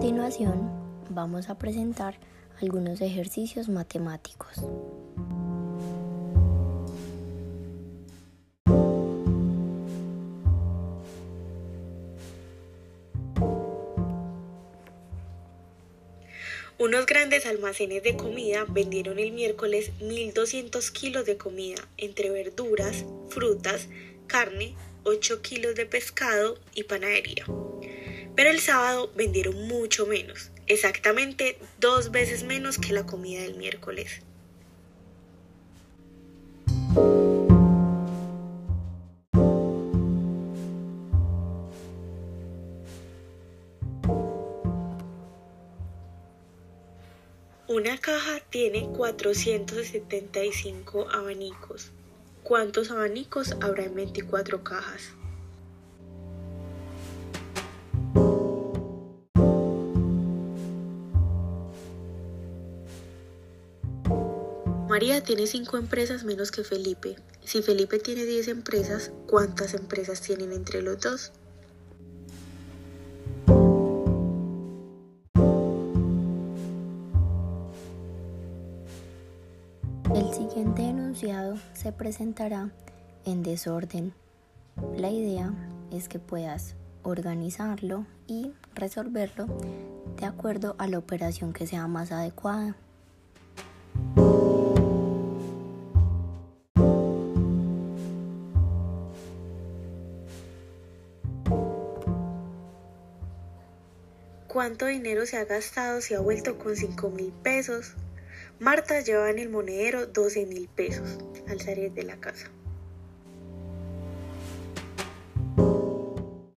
continuación vamos a presentar algunos ejercicios matemáticos. Unos grandes almacenes de comida vendieron el miércoles 1.200 kilos de comida, entre verduras, frutas, carne, 8 kilos de pescado y panadería. Pero el sábado vendieron mucho menos, exactamente 2 veces menos que la comida del miércoles. Una caja tiene 475 abanicos. ¿Cuántos abanicos habrá en 24 cajas? María tiene 5 empresas menos que Felipe. Si Felipe tiene 10 empresas, ¿cuántas empresas tienen entre los dos? El siguiente enunciado se presentará en desorden. La idea es que puedas organizarlo y resolverlo de acuerdo a la operación que sea más adecuada. ¿Cuánto dinero se ha gastado si ha vuelto con 5.000 pesos? Marta llevaba en el monedero 12.000 pesos al salir de la casa.